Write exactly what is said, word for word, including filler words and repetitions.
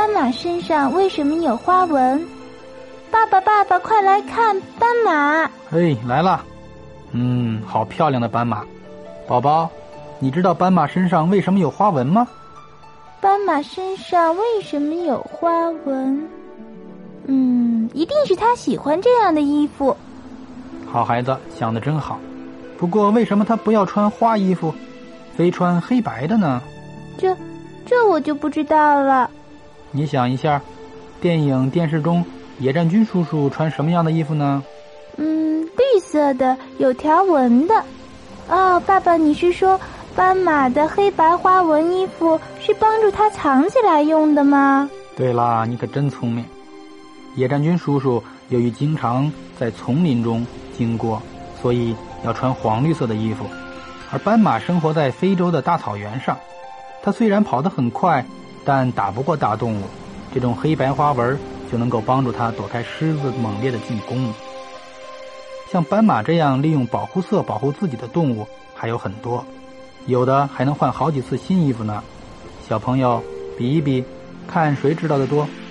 斑马身上为什么有花纹？爸爸爸爸，快来看斑马！ 哎，来了。嗯，好漂亮的斑马。宝宝，你知道斑马身上为什么有花纹吗？ 斑马身上为什么有花纹？嗯，一定是他喜欢这样的衣服。 好孩子，想得真好。不过为什么他不要穿花衣服，非穿黑白的呢？ 这这我就不知道了。 你想一下，电影电视中野战军叔叔穿什么样的衣服呢？ 嗯，绿色的，有条纹的。哦，爸爸，你是说斑马的黑白花纹衣服是帮助它藏起来用的吗？ 对啦，你可真聪明。野战军叔叔由于经常在丛林中经过，所以要穿黄绿色的衣服。而斑马生活在非洲的大草原上，它虽然跑得很快，但打不过大动物，这种黑白花纹就能够帮助它躲开狮子猛烈的进攻。像斑马这样利用保护色保护自己的动物还有很多，有的还能换好几次新衣服呢。小朋友比一比，看谁知道的多。